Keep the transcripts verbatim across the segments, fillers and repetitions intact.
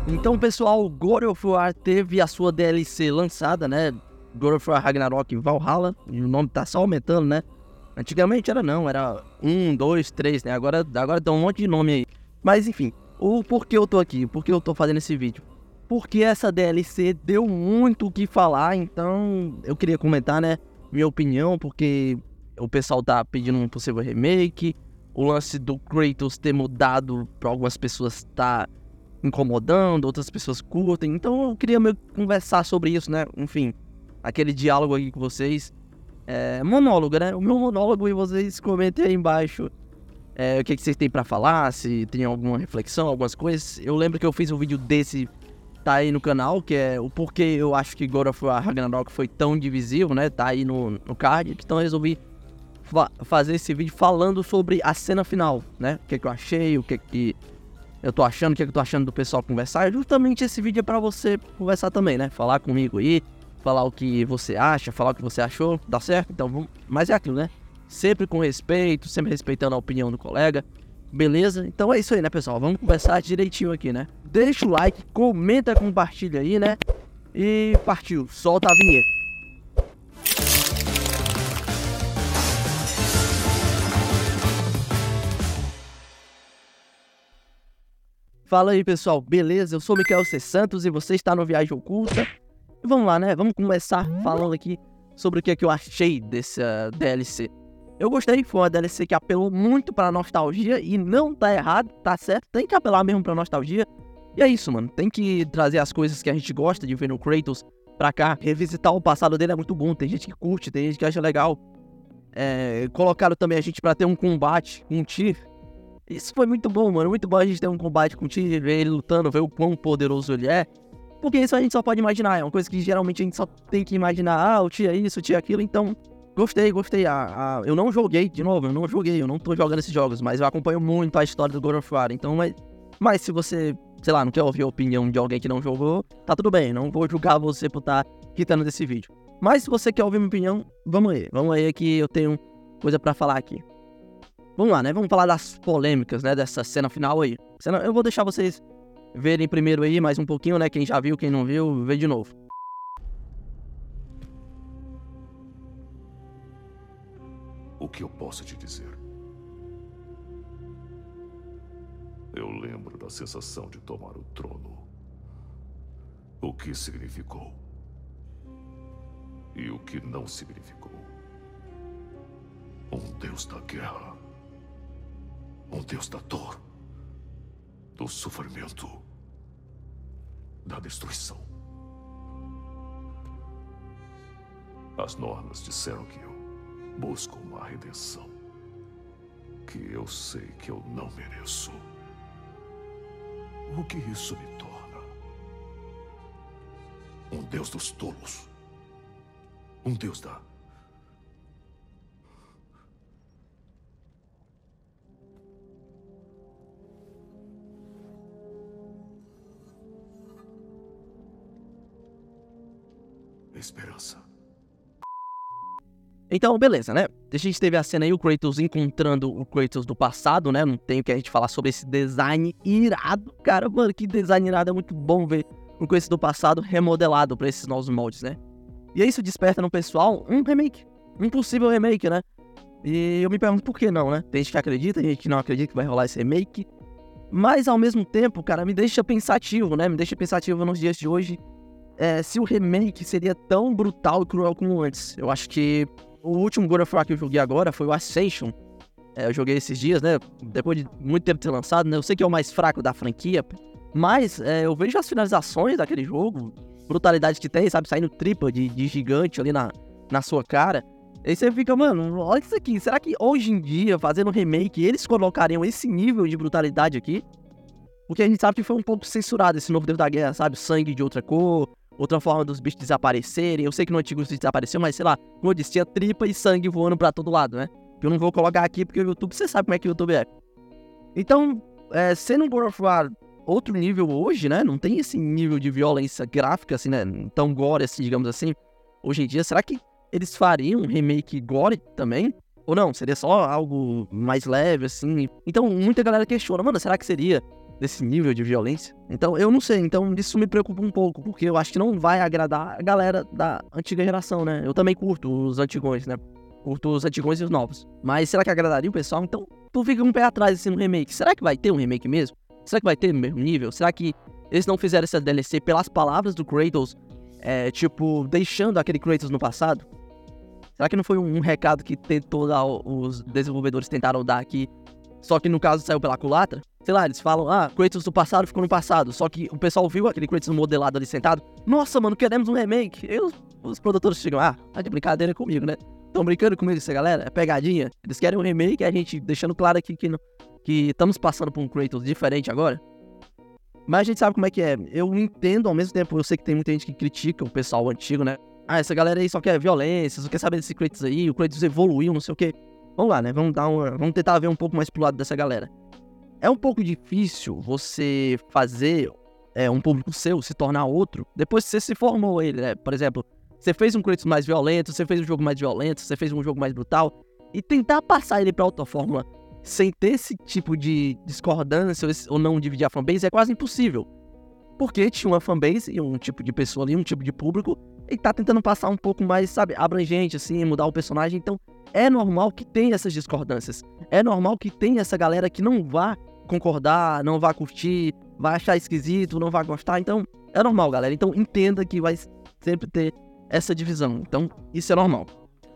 Então, pessoal, God of War teve a sua D L C lançada, né? God of War Ragnarok Valhalla, e o nome tá só aumentando, né? Antigamente era não, era um, dois, três, né? Agora, agora tem um monte de nome aí. Mas enfim, o porquê eu tô aqui, por que eu tô fazendo esse vídeo? Porque essa D L C deu muito o que falar, então eu queria comentar, né? Minha opinião, porque o pessoal tá pedindo um possível remake, o lance do Kratos ter mudado pra algumas pessoas tá incomodando, outras pessoas curtem, então eu queria meio que conversar sobre isso, né? Enfim, aquele diálogo aqui com vocês. É, monólogo, né? O meu monólogo, e vocês comentem aí embaixo é, o que, que vocês têm pra falar, se tem alguma reflexão, algumas coisas. Eu lembro que eu fiz um vídeo desse, tá aí no canal, que é o porquê eu acho que God of War Ragnarok foi tão divisivo, né? Tá aí no, no card, então eu resolvi fa fazer esse vídeo falando sobre a cena final, né? O que, que eu achei, o que que eu tô achando, o que, que eu tô achando do pessoal conversar. E justamente esse vídeo é pra você conversar também, né? Falar comigo aí, falar o que você acha, falar o que você achou, dá certo? Então vamos. Mas é aquilo, né? Sempre com respeito, sempre respeitando a opinião do colega. Beleza? Então é isso aí, né, pessoal? Vamos conversar direitinho aqui, né? Deixa o like, comenta, compartilha aí, né? E partiu, solta a vinheta. Fala aí, pessoal, beleza? Eu sou o Michael C. Santos e você está no Viagem Oculta. E vamos lá, né? Vamos começar falando aqui sobre o que, é que eu achei dessa D L C. Eu gostei, foi uma D L C que apelou muito pra nostalgia e não tá errado, tá certo? Tem que apelar mesmo pra nostalgia. E é isso, mano. Tem que trazer as coisas que a gente gosta de ver no Kratos pra cá. Revisitar o passado dele é muito bom. Tem gente que curte, tem gente que acha legal. É, colocaram também a gente pra ter um combate, um Tyr. Isso foi muito bom, mano. Muito bom a gente ter um combate com o Tyr, ver ele lutando, ver o quão poderoso ele é. Porque isso a gente só pode imaginar. É uma coisa que geralmente a gente só tem que imaginar. Ah, o Tyr é isso, o Tyr é aquilo. Então, gostei, gostei. Ah, ah, eu não joguei, de novo, eu não joguei. Eu não tô jogando esses jogos, mas eu acompanho muito a história do God of War. Então, mas, mas se você, sei lá, não quer ouvir a opinião de alguém que não jogou, tá tudo bem. Não vou julgar você por estar quitando desse vídeo. Mas se você quer ouvir minha opinião, vamos aí. Vamos aí que eu tenho coisa pra falar aqui. Vamos lá, né? Vamos falar das polêmicas, né? Dessa cena final aí. Cena... Eu vou deixar vocês verem primeiro aí, mais um pouquinho, né? Quem já viu, quem não viu, vê de novo. O que eu posso te dizer? Eu lembro da sensação de tomar o trono. O que significou. E o que não significou. Um deus da guerra. Um deus da dor, do sofrimento, da destruição. As normas disseram que eu busco uma redenção que eu sei que eu não mereço. O que isso me torna? Um deus dos tolos. Um deus da... esperança. Então, beleza, né? A gente teve a cena aí, o Kratos encontrando o Kratos do passado, né? Não tem o que a gente falar sobre esse design irado. Cara, mano, que design irado. É muito bom ver o Kratos do passado remodelado pra esses novos moldes, né? E aí isso desperta no pessoal um remake. Um possível remake, né? E eu me pergunto por que não, né? Tem gente que acredita, tem gente que não acredita que vai rolar esse remake. Mas, ao mesmo tempo, cara, me deixa pensativo, né? Me deixa pensativo nos dias de hoje. É, se o remake seria tão brutal e cruel como antes. Eu acho que o último God of War que eu joguei agora foi o Ascension. É, eu joguei esses dias, né? Depois de muito tempo de ter lançado, né? Eu sei que é o mais fraco da franquia, mas é, eu vejo as finalizações daquele jogo, brutalidade que tem, sabe? Saindo tripa de, de gigante ali na, na sua cara. Aí você fica, mano, olha isso aqui. Será que hoje em dia, fazendo remake, eles colocariam esse nível de brutalidade aqui? Porque a gente sabe que foi um pouco censurado esse novo Deus da Guerra, sabe? Sangue de outra cor, outra forma dos bichos desaparecerem. Eu sei que no antigo desapareceu, mas sei lá, como eu disse, tinha tripa e sangue voando pra todo lado, né? Que eu não vou colocar aqui porque o YouTube, você sabe como é que o YouTube é. Então, é, sendo um God of War outro nível hoje, né? Não tem esse nível de violência gráfica, assim, né? Tão gore, assim, digamos assim, hoje em dia. Será que eles fariam um remake gore também? Ou não? Seria só algo mais leve, assim? Então, muita galera questiona, mano, será que seria desse nível de violência. Então, eu não sei, então isso me preocupa um pouco, porque eu acho que não vai agradar a galera da antiga geração, né? Eu também curto os antigões, né? Curto os antigões e os novos. Mas será que agradaria o pessoal? Então, tu fica um pé atrás assim no remake. Será que vai ter um remake mesmo? Será que vai ter no mesmo nível? Será que eles não fizeram essa D L C pelas palavras do Kratos, é, tipo, deixando aquele Kratos no passado? Será que não foi um, um recado que tentou dar, os desenvolvedores tentaram dar aqui, só que no caso saiu pela culatra? Sei lá, eles falam, ah, Kratos do passado ficou no passado, só que o pessoal viu aquele Kratos modelado ali sentado, nossa, mano, queremos um remake. E os, os produtores chegam, ah, tá de brincadeira comigo, né? Tão brincando comigo essa galera? É pegadinha? Eles querem um remake, a gente deixando claro aqui que, que estamos passando por um Kratos diferente agora. Mas a gente sabe como é que é. Eu entendo, ao mesmo tempo, eu sei que tem muita gente que critica o pessoal antigo, né? Ah, essa galera aí só quer violência, só quer saber desse Kratos aí, o Kratos evoluiu, não sei o quê. Vamos lá, né? Vamos dar uma, vamos tentar ver um pouco mais pro lado dessa galera. É um pouco difícil você fazer é, um público seu se tornar outro depois que você se formou ele, né? Por exemplo, você fez um Kratos mais violento, você fez um jogo mais violento, você fez um jogo mais brutal, e tentar passar ele pra outra fórmula sem ter esse tipo de discordância ou não dividir a fanbase é quase impossível. Porque tinha uma fanbase e um tipo de pessoa ali, um tipo de público, e tá tentando passar um pouco mais, sabe, abrangente, assim, mudar o personagem. Então, é normal que tenha essas discordâncias. É normal que tenha essa galera que não vá concordar, não vá curtir, vai achar esquisito, não vai gostar. Então, é normal, galera. Então, entenda que vai sempre ter essa divisão. Então, isso é normal,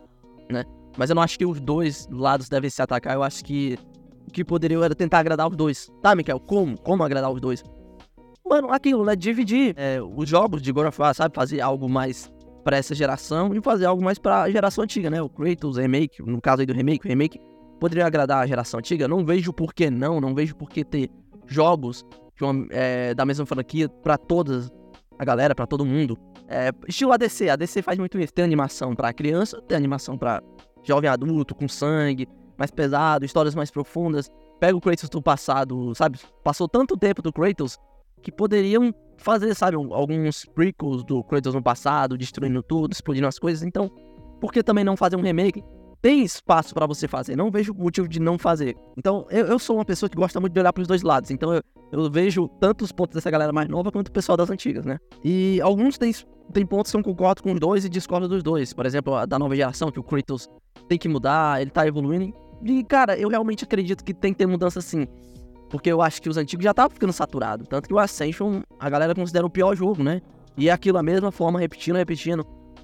né? Mas eu não acho que os dois lados devem se atacar. Eu acho que o que poderia era tentar agradar os dois. Tá, Mikael? Como? Como agradar os dois? Mano, aquilo, né? Dividir é, os jogos de God of War, sabe? Fazer algo mais pra essa geração e fazer algo mais pra geração antiga, né? O Kratos, o remake, no caso aí do remake, o remake poderia agradar a geração antiga. Não vejo por que não, não vejo por que ter jogos de uma, é, da mesma franquia pra toda a galera, pra todo mundo. É, estilo A D C, a D C faz muito isso. Tem animação pra criança, tem animação pra jovem adulto, com sangue, mais pesado, histórias mais profundas. Pega o Kratos do passado, sabe? Passou tanto tempo do Kratos que poderiam fazer, sabe, alguns prequels do Kratos no passado, destruindo tudo, explodindo as coisas. Então, por que também não fazer um remake? Tem espaço pra você fazer, não vejo motivo de não fazer. Então, eu, eu sou uma pessoa que gosta muito de olhar pros dois lados. Então, eu, eu vejo tanto os pontos dessa galera mais nova quanto o pessoal das antigas, né? E alguns tem, tem pontos que eu concordo com os dois e discordo dos dois. Por exemplo, a da nova geração, que o Kratos tem que mudar, ele tá evoluindo. E, cara, eu realmente acredito que tem que ter mudança sim. Porque eu acho que os antigos já estavam ficando saturados. Tanto que o Ascension, a galera considera o pior jogo, né? E é aquilo, a mesma forma, repetindo, repetindo.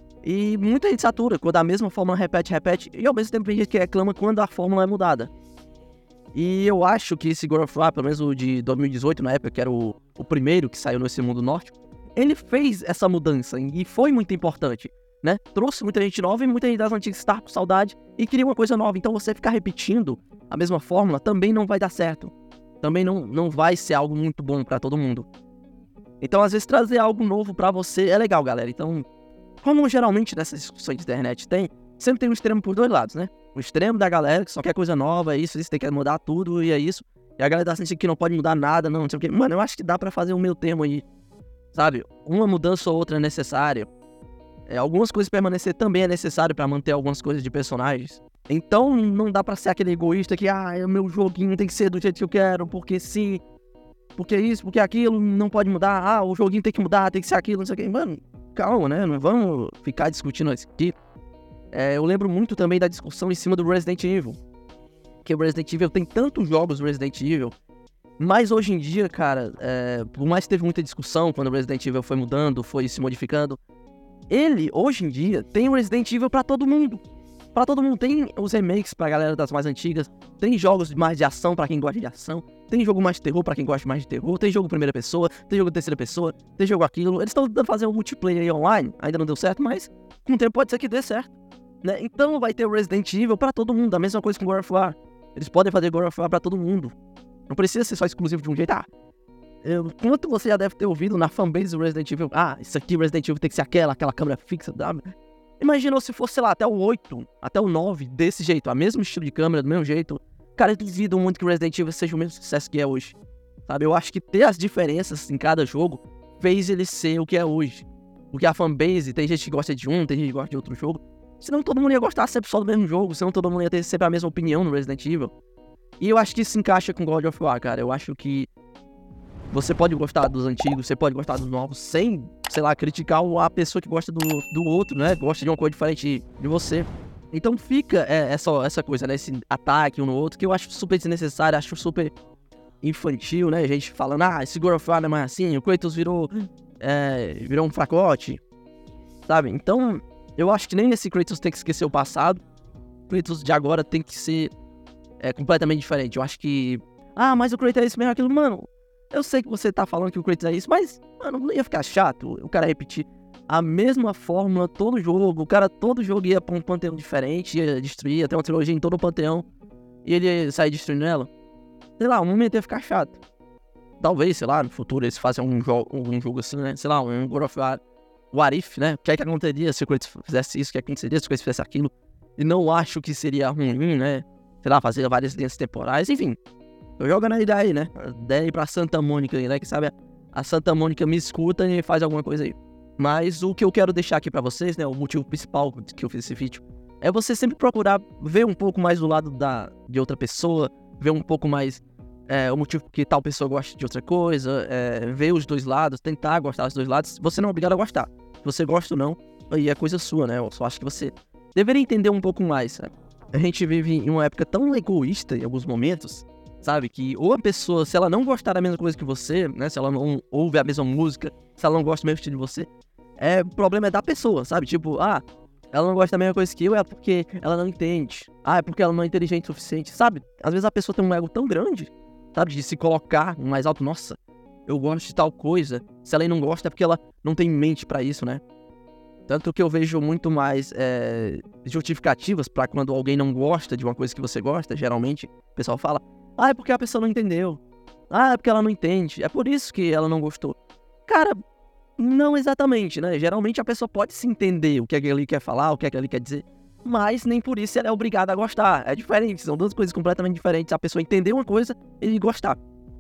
E muita gente satura, quando a mesma fórmula repete, repete. E ao mesmo tempo tem gente que reclama quando a fórmula é mudada. E eu acho que esse God of War, pelo menos o de dois mil e dezoito, na época, que era o, o primeiro que saiu nesse mundo nórdico, ele fez essa mudança e foi muito importante, né? Trouxe muita gente nova e muita gente das antigas que estava com saudade e queria uma coisa nova. Então você ficar repetindo a mesma fórmula também não vai dar certo. Também não, não vai ser algo muito bom pra todo mundo. Então, às vezes, trazer algo novo pra você é legal, galera. Então, como geralmente nessas discussões de internet tem, sempre tem um extremo por dois lados, né? O extremo da galera que só quer coisa nova, é isso, isso, tem que mudar tudo e é isso. E a galera tá sentindo que não pode mudar nada, não, não sei o quê. Mano, eu acho que dá pra fazer um meio termo aí, sabe? Uma mudança ou outra é necessária. É, algumas coisas permanecer também é necessário pra manter algumas coisas de personagens. Então não dá pra ser aquele egoísta que, ah, o meu joguinho tem que ser do jeito que eu quero, porque sim, porque isso, porque aquilo, não pode mudar, ah, o joguinho tem que mudar, tem que ser aquilo, não sei o que. Mano, calma, né, não vamos ficar discutindo isso aqui. É, eu lembro muito também da discussão em cima do Resident Evil, que o Resident Evil tem tantos jogos Resident Evil, mas hoje em dia, cara, é, por mais que teve muita discussão quando o Resident Evil foi mudando, foi se modificando, ele, hoje em dia, tem o Resident Evil pra todo mundo. Pra todo mundo, tem os remakes pra galera das mais antigas, tem jogos mais de ação pra quem gosta de ação, tem jogo mais de terror pra quem gosta mais de terror, tem jogo primeira pessoa, tem jogo terceira pessoa, tem jogo aquilo. Eles estão tentando fazer um multiplayer aí online, ainda não deu certo, mas com o tempo pode ser que dê certo, né? Então vai ter o Resident Evil pra todo mundo, a mesma coisa com God of War. Eles podem fazer God of War pra todo mundo. Não precisa ser só exclusivo de um jeito. Ah, eu, quanto você já deve ter ouvido na fanbase do Resident Evil, ah, isso aqui, Resident Evil tem que ser aquela, aquela câmera fixa, sabe? Imagina se fosse, sei lá, até o oito, até o nove, desse jeito, a mesmo estilo de câmera, do mesmo jeito. Cara, eu duvido muito que o Resident Evil seja o mesmo sucesso que é hoje, sabe? Eu acho que ter as diferenças em cada jogo fez ele ser o que é hoje. Porque a fanbase, tem gente que gosta de um, tem gente que gosta de outro jogo. Senão todo mundo ia gostar sempre só do mesmo jogo, senão todo mundo ia ter sempre a mesma opinião no Resident Evil. E eu acho que isso se encaixa com God of War, cara. Eu acho que você pode gostar dos antigos, você pode gostar dos novos, sem, sei lá, criticar a pessoa que gosta do, do outro, né? Gosta de uma coisa diferente de você. Então fica é, essa, essa coisa, né? Esse ataque um no outro, que eu acho super desnecessário, acho super infantil, né? A gente falando, ah, esse God of War não é mais assim, o Kratos virou, é, virou um fracote, sabe? Então, eu acho que nem esse Kratos tem que esquecer o passado. O Kratos de agora tem que ser é, completamente diferente. Eu acho que, ah, mas o Kratos é isso mesmo, aquilo, mano. Eu sei que você tá falando que o Kratos é isso, mas, mano, não ia ficar chato o cara repetir a mesma fórmula todo jogo. O cara todo jogo ia pra um panteão diferente, ia destruir, até uma trilogia em todo o panteão, e ele ia sair destruindo ela. Sei lá, um momento ia ficar chato. Talvez, sei lá, no futuro eles façam um, jo- um jogo assim, né? Sei lá, um God of War, What If, né? O que é que aconteceria se o Kratos fizesse isso? O que é que aconteceria se o Kratos fizesse aquilo? E não acho que seria ruim, né? Sei lá, fazer várias linhas temporais, enfim. Eu jogo na ideia aí, né? A ideia aí pra Santa Mônica aí, né? Que sabe, a Santa Mônica me escuta e faz alguma coisa aí. Mas o que eu quero deixar aqui pra vocês, né? O motivo principal que eu fiz esse vídeo é você sempre procurar ver um pouco mais do lado da, de outra pessoa, ver um pouco mais é, o motivo que tal pessoa gosta de outra coisa, é, ver os dois lados, tentar gostar dos dois lados. Você não é obrigado a gostar. Se você gosta ou não, aí é coisa sua, né? Eu só acho que você deveria entender um pouco mais, sabe? A gente vive em uma época tão egoísta em alguns momentos, sabe? Que ou a pessoa, se ela não gostar da mesma coisa que você, né? Se ela não ouve a mesma música, se ela não gosta do mesmo estilo de você, é, o problema é da pessoa, sabe? Tipo, ah, ela não gosta da mesma coisa que eu, é porque ela não entende. Ah, é porque ela não é inteligente o suficiente, sabe? Às vezes a pessoa tem um ego tão grande, sabe? De se colocar mais alto. Nossa, eu gosto de tal coisa. Se ela não gosta é porque ela não tem mente pra isso, né? Tanto que eu vejo muito mais é, justificativas pra quando alguém não gosta de uma coisa que você gosta. Geralmente, o pessoal fala, ah, é porque a pessoa não entendeu. Ah, é porque ela não entende. É por isso que ela não gostou. Cara, não exatamente, né? Geralmente a pessoa pode se entender o que aquele ali quer falar, o que aquele ali quer dizer, mas nem por isso ela é obrigada a gostar. É diferente, são duas coisas completamente diferentes. A pessoa entender uma coisa e gostar.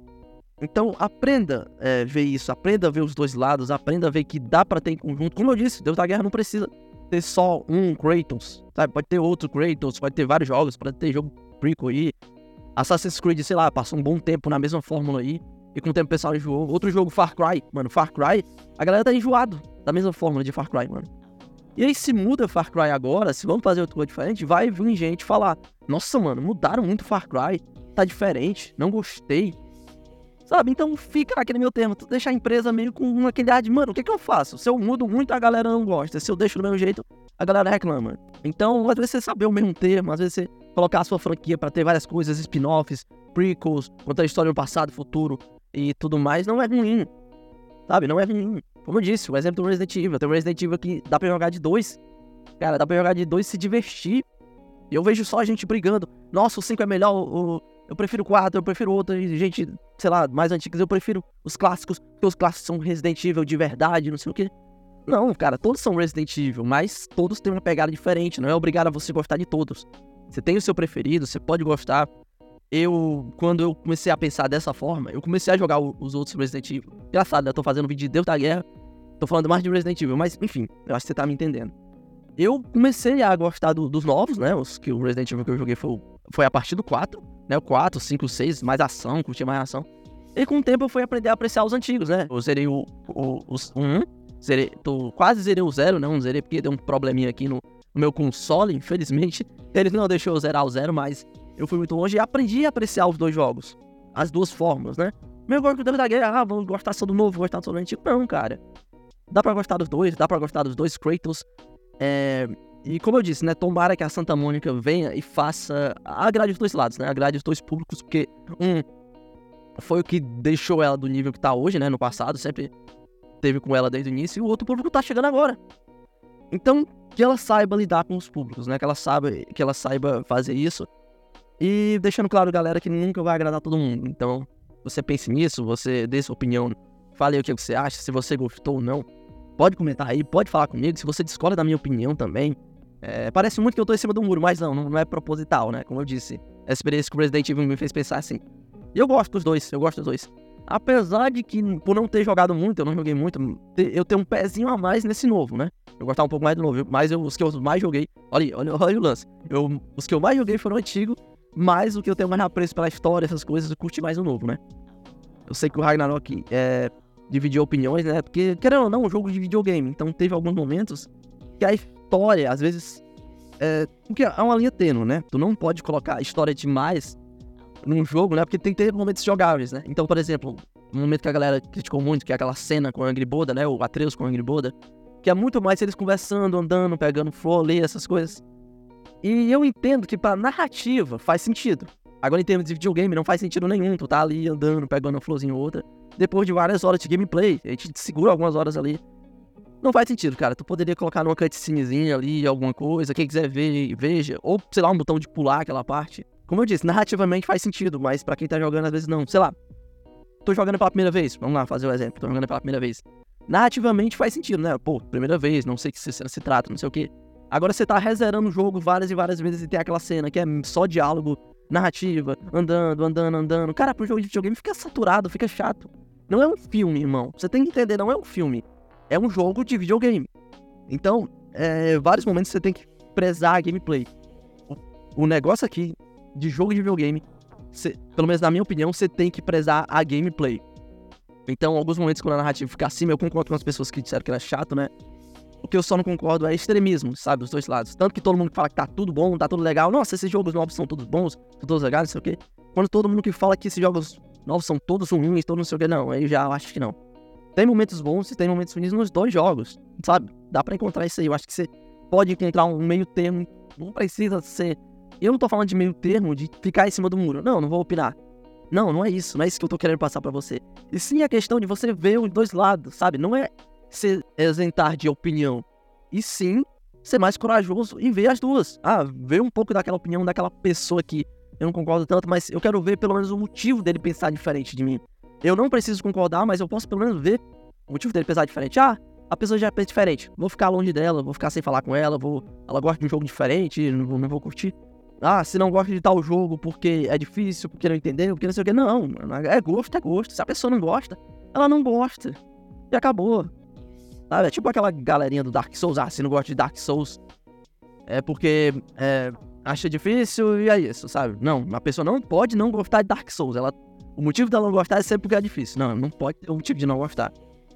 Então aprenda a é, ver isso, aprenda a ver os dois lados, aprenda a ver que dá pra ter em conjunto. Como eu disse, Deus da Guerra não precisa ter só um Kratos, sabe? Pode ter outro Kratos, pode ter vários jogos, pode ter jogo prequel aí. Assassin's Creed, sei lá, passou um bom tempo na mesma fórmula aí, e com o tempo o pessoal enjoou. Outro jogo, Far Cry, mano, Far Cry, a galera tá enjoado da mesma fórmula de Far Cry, mano. E aí se muda Far Cry agora, se vamos fazer outra coisa diferente, vai vir gente falar, nossa, mano, mudaram muito Far Cry, tá diferente, não gostei. Sabe, então fica naquele meu termo, tu deixa a empresa meio com aquele ar de, mano, o que que eu faço? Se eu mudo muito, a galera não gosta, se eu deixo do mesmo jeito, a galera reclama. Então, às vezes você saber o mesmo termo, às vezes você colocar a sua franquia pra ter várias coisas, spin-offs, prequels, contar a história do passado, futuro e tudo mais, não é ruim, sabe, não é ruim. Como eu disse, o exemplo do Resident Evil, tem o Resident Evil que dá pra jogar de dois, cara, dá pra jogar de dois e se divertir. E eu vejo só a gente brigando, nossa, o cinco é melhor, o... eu prefiro o quatro, eu prefiro outro, e gente, sei lá, mais antigas, eu prefiro os clássicos, porque os clássicos são Resident Evil de verdade, não sei o quê. Não, cara, todos são Resident Evil, mas todos têm uma pegada diferente, não é obrigado a você gostar de todos. Você tem o seu preferido, você pode gostar. Eu, quando eu comecei a pensar dessa forma, eu comecei a jogar o, os outros Resident Evil. Engraçado, né? Eu tô fazendo vídeo de Deus da Guerra, tô falando mais de Resident Evil, mas enfim, eu acho que você tá me entendendo. Eu comecei a gostar do, dos novos, né? Os que o Resident Evil que eu joguei foi, foi a partir do quatro, né? O quatro, cinco, seis, mais ação, curti mais ação. E com o tempo eu fui aprender a apreciar os antigos, né? Eu zerei o, o, os um, zerei, tô, quase zerei o zero, não zerei porque deu um probleminha aqui no, no meu console, infelizmente. Ele não deixou eu zerar o zero, mas eu fui muito longe e aprendi a apreciar os dois jogos. As duas formas, né? Meu gosto do Deus da Guerra, ah, vou gostar só do novo, vou gostar só do antigo. Não, cara. Dá pra gostar dos dois, dá pra gostar dos dois Kratos. É, e como eu disse, né, tomara que a Santa Mônica venha e faça, agrade os dois lados, né, agrade os dois públicos, porque um foi o que deixou ela do nível que tá hoje, né, no passado, sempre teve com ela desde o início, e o outro público tá chegando agora. Então, que ela saiba lidar com os públicos, né, que ela saiba, que ela saiba fazer isso, e deixando claro, galera, que nunca vai agradar todo mundo. Então, você pense nisso, você dê sua opinião, fale aí o que você acha, se você gostou ou não. Pode comentar aí, pode falar comigo, se você discorda da minha opinião também. É, parece muito que eu tô em cima do muro, mas não, não é proposital, né? Como eu disse, a experiência com o Resident Evil me fez pensar assim. E eu gosto dos dois, eu gosto dos dois. Apesar de que, por não ter jogado muito, eu não joguei muito, eu tenho um pezinho a mais nesse novo, né? Eu gostava um pouco mais do novo, mas eu, os que eu mais joguei... Olha, olha, olha o lance. Eu, os que eu mais joguei foram antigos, mas o que eu tenho mais apreço pela história, essas coisas, eu curti mais o novo, né? Eu sei que o Ragnarok é, dividiu opiniões, né? Porque, querendo ou não, é um jogo de videogame. Então teve alguns momentos que a história, às vezes... É, porque é uma linha tênue, né? Tu não pode colocar história demais num jogo, né? Porque tem que ter momentos jogáveis, né? Então, por exemplo, um momento que a galera criticou muito, que é aquela cena com o Angry Boda, né? O Atreus com o Angry Boda. Que é muito mais eles conversando, andando, pegando flor, ler essas coisas. E eu entendo que pra narrativa faz sentido. Agora, em termos de videogame, não faz sentido nenhum. Tu tá ali andando, pegando uma florzinha ou outra. Depois de várias horas de gameplay, a gente te segura algumas horas ali. Não faz sentido, cara. Tu poderia colocar numa cutscenezinha ali, alguma coisa. Quem quiser ver, veja. Ou, sei lá, um botão de pular aquela parte. Como eu disse, narrativamente faz sentido, mas pra quem tá jogando, às vezes não. Sei lá, tô jogando pela primeira vez. Vamos lá, fazer o exemplo. Tô jogando pela primeira vez. Narrativamente faz sentido, né? Pô, primeira vez, não sei que cena se trata, não sei o quê. Agora você tá rezerando o jogo várias e várias vezes e tem aquela cena que é só diálogo, narrativa, andando, andando, andando. Cara, pro jogo de videogame fica saturado, fica chato. Não é um filme, irmão. Você tem que entender, não é um filme. É um jogo de videogame. Então, é, vários momentos você tem que prezar a gameplay. O, o negócio aqui, de jogo de videogame, você, pelo menos na minha opinião, você tem que prezar a gameplay. Então, alguns momentos quando a narrativa fica acima, eu concordo com as pessoas que disseram que era chato, né? O que eu só não concordo é extremismo, sabe? Dos dois lados. Tanto que todo mundo que fala que tá tudo bom, tá tudo legal. Nossa, esses jogos novos são todos bons, são todos legais, não sei o quê. Quando todo mundo que fala que esses jogos novos são todos ruins, todos não sei o quê, não. Aí eu já acho que não. Tem momentos bons e tem momentos ruins nos dois jogos, sabe? Dá pra encontrar isso aí. Eu acho que você pode encontrar um meio termo. Não precisa ser... Eu não tô falando de meio termo, de ficar em cima do muro. Não, não vou opinar. Não, não é isso. Não é isso que eu tô querendo passar pra você. E sim a questão de você ver os dois lados, sabe? Não é ser isentar de opinião. E sim ser mais corajoso e ver as duas. Ah, ver um pouco daquela opinião daquela pessoa que eu não concordo tanto, mas eu quero ver pelo menos o motivo dele pensar diferente de mim. Eu não preciso concordar, mas eu posso pelo menos ver o motivo dele pensar diferente. Ah, a pessoa já pensa diferente. Vou ficar longe dela, vou ficar sem falar com ela, vou... ela gosta de um jogo diferente, não vou, não vou curtir. Ah, se não gosta de tal jogo porque é difícil, porque não entendeu, porque não sei o que. Não, é gosto, é gosto. Se a pessoa não gosta, ela não gosta. E acabou. Sabe? É tipo aquela galerinha do Dark Souls. Ah, se não gosta de Dark Souls é porque é, acha difícil e é isso, sabe? Não, a pessoa não pode não gostar de Dark Souls. Ela, o motivo dela não gostar é sempre porque é difícil. Não, não pode ter um motivo de não gostar.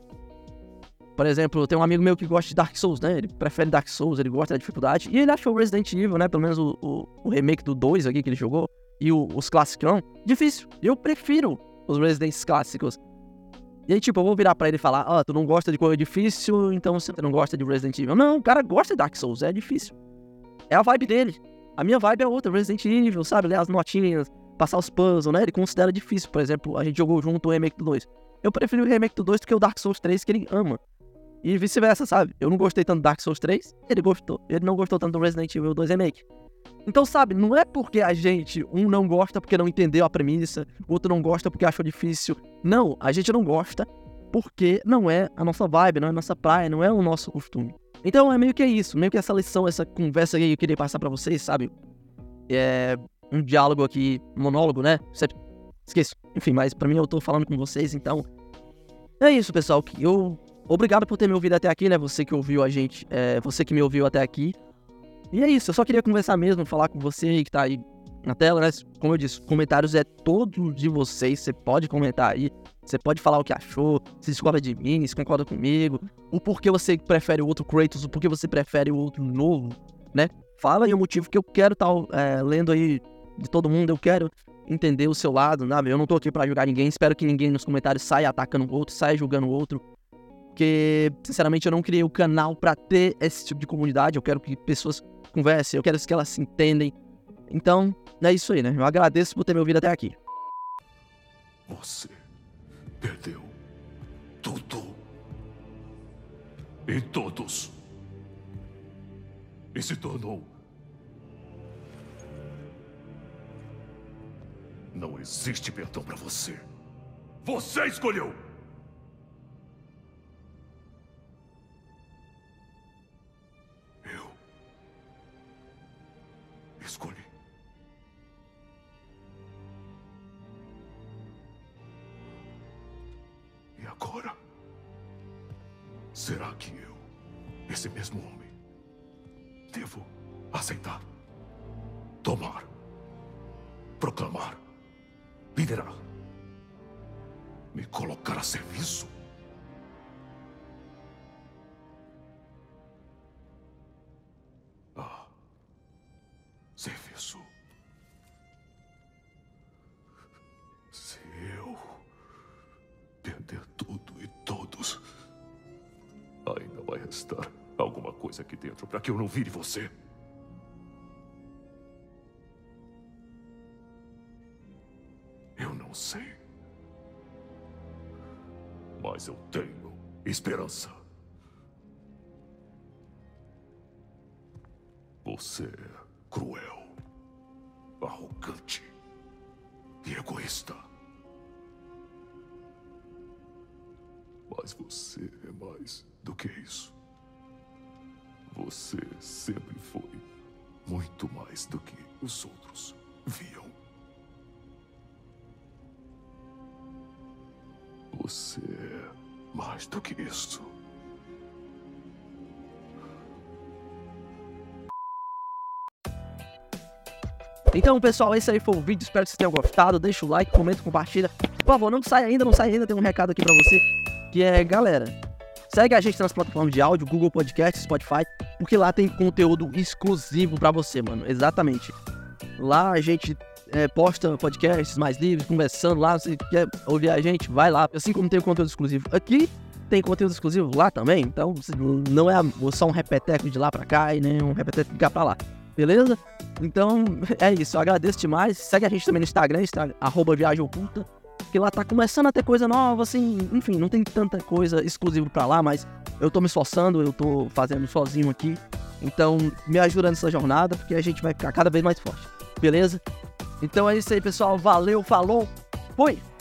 Por exemplo, tem um amigo meu que gosta de Dark Souls, né? Ele prefere Dark Souls, ele gosta da dificuldade. E ele achou Resident Evil, né? Pelo menos o, o, o remake do dois aqui que ele jogou. E o, os clássicos, não. Difícil. Eu prefiro os Residents clássicos. E aí, tipo, eu vou virar pra ele e falar, ah, tu não gosta de coisa difícil, então você não gosta de Resident Evil. Não, o cara gosta de Dark Souls, é difícil. É a vibe dele. A minha vibe é outra, Resident Evil, sabe? Ler as notinhas, passar os puzzles, né? Ele considera difícil. Por exemplo, a gente jogou junto o remake do dois. Eu prefiro o remake do dois do que o Dark Souls três, que ele ama. E vice-versa, sabe? Eu não gostei tanto do Dark Souls três, ele gostou. Ele não gostou tanto do Resident Evil dois Remake. Então, sabe, não é porque a gente, um não gosta porque não entendeu a premissa, o outro não gosta porque achou difícil. Não, a gente não gosta porque não é a nossa vibe, não é a nossa praia, não é o nosso costume. Então, é meio que isso, meio que essa lição, essa conversa aí que eu queria passar pra vocês, sabe? É um diálogo aqui, um monólogo, né? Sempre esqueço. Enfim, mas pra mim eu tô falando com vocês, então... É isso, pessoal, que eu... Obrigado por ter me ouvido até aqui, né? Você que ouviu a gente, é, você que me ouviu até aqui. E é isso, eu só queria conversar mesmo, falar com você aí que tá aí na tela, né? Como eu disse, comentários é todos de vocês, você pode comentar aí. Você pode falar o que achou, se discorda de mim, se concorda comigo. O porquê você prefere o outro Kratos, o porquê você prefere o outro novo, né? Fala aí o motivo que eu quero estar tá, é, lendo aí de todo mundo, eu quero entender o seu lado, né? Eu não tô aqui pra julgar ninguém, espero que ninguém nos comentários saia atacando o outro, saia julgando o outro. Porque, sinceramente, eu não criei o canal pra ter esse tipo de comunidade. Eu quero que pessoas conversem, eu quero que elas se entendem. Então, é isso aí, né? Eu agradeço por ter me ouvido até aqui. Você perdeu tudo. E todos. E se tornou. Não existe perdão pra você. Você escolheu! Escolhi. E agora? Será que eu, esse mesmo homem, devo aceitar, tomar, proclamar, liderar me colocar a serviço? Ah, serviço. Se eu perder tudo e todos, ainda vai restar alguma coisa aqui dentro para que eu não vire você. Eu não sei. Mas eu tenho esperança. Você é cruel, arrogante e egoísta. Mas você é mais do que isso. Você sempre foi muito mais do que os outros viam. Você é mais do que isso. Então, pessoal, esse aí foi o vídeo. Espero que vocês tenham gostado. Deixa o like, comenta, compartilha. Por favor, não sai ainda, não sai ainda. Tem um recado aqui pra você, que é, galera, segue a gente nas plataformas de áudio, Google Podcast, Spotify, porque lá tem conteúdo exclusivo pra você, mano. Exatamente. Lá a gente é, posta podcasts mais livres, conversando lá. Se quer ouvir a gente, vai lá. Assim como tem o conteúdo exclusivo aqui, tem conteúdo exclusivo lá também. Então, não é só um repeteco de lá pra cá e nem um repeteco de cá pra lá. Beleza? Então, é isso. Eu agradeço demais. Segue a gente também no Instagram, Instagram arroba Viagem Oculta, que lá tá começando a ter coisa nova, assim. Enfim, não tem tanta coisa exclusiva pra lá, mas eu tô me esforçando, eu tô fazendo sozinho aqui. Então, me ajuda nessa jornada, porque a gente vai ficar cada vez mais forte. Beleza? Então é isso aí, pessoal. Valeu, falou, fui!